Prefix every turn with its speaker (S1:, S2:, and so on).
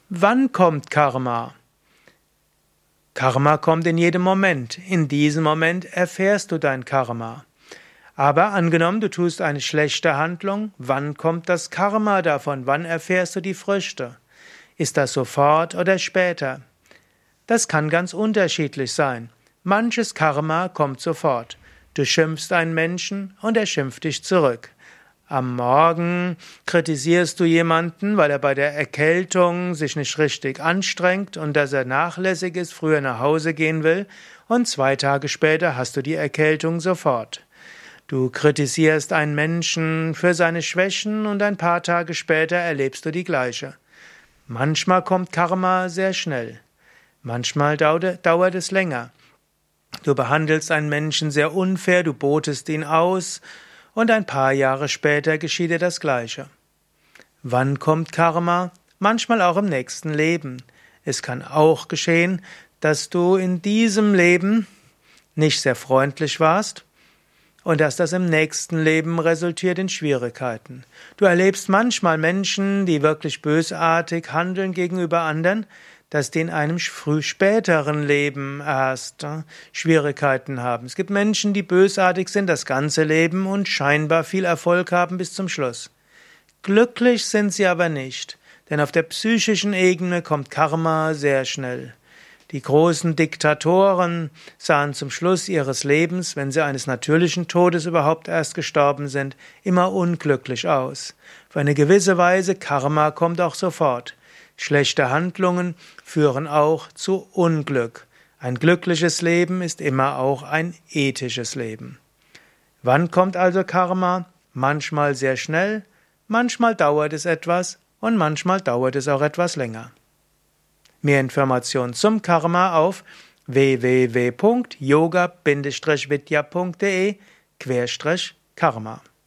S1: Wann kommt Karma? Karma kommt in jedem Moment. In diesem Moment erfährst du dein Karma. Aber angenommen, du tust eine schlechte Handlung, wann kommt das Karma davon? Wann erfährst du die Früchte? Ist das sofort oder später? Das kann ganz unterschiedlich sein. Manches Karma kommt sofort. Du schimpfst einen Menschen und er schimpft dich zurück. Am Morgen kritisierst du jemanden, weil er bei der Erkältung sich nicht richtig anstrengt und dass er nachlässig ist, früher nach Hause gehen will, und 2 Tage später hast du die Erkältung sofort. Du kritisierst einen Menschen für seine Schwächen und ein paar Tage später erlebst du die gleiche. Manchmal kommt Karma sehr schnell. Manchmal dauert es länger. Du behandelst einen Menschen sehr unfair, du botest ihn aus, und ein paar Jahre später geschieht dir das Gleiche. Wann kommt Karma? Manchmal auch im nächsten Leben. Es kann auch geschehen, dass du in diesem Leben nicht sehr freundlich warst und dass das im nächsten Leben resultiert in Schwierigkeiten. Du erlebst manchmal Menschen, die wirklich bösartig handeln gegenüber anderen, dass die in einem späteren Leben erst Schwierigkeiten haben. Es gibt Menschen, die bösartig sind das ganze Leben und scheinbar viel Erfolg haben bis zum Schluss. Glücklich sind sie aber nicht, denn auf der psychischen Ebene kommt Karma sehr schnell. Die großen Diktatoren sahen zum Schluss ihres Lebens, wenn sie eines natürlichen Todes überhaupt erst gestorben sind, immer unglücklich aus. Für eine gewisse Weise Karma kommt auch sofort. Schlechte Handlungen führen auch zu Unglück. Ein glückliches Leben ist immer auch ein ethisches Leben. Wann kommt also Karma? Manchmal sehr schnell, manchmal dauert es etwas und manchmal dauert es auch etwas länger. Mehr Informationen zum Karma auf www.yoga-vidya.de/Karma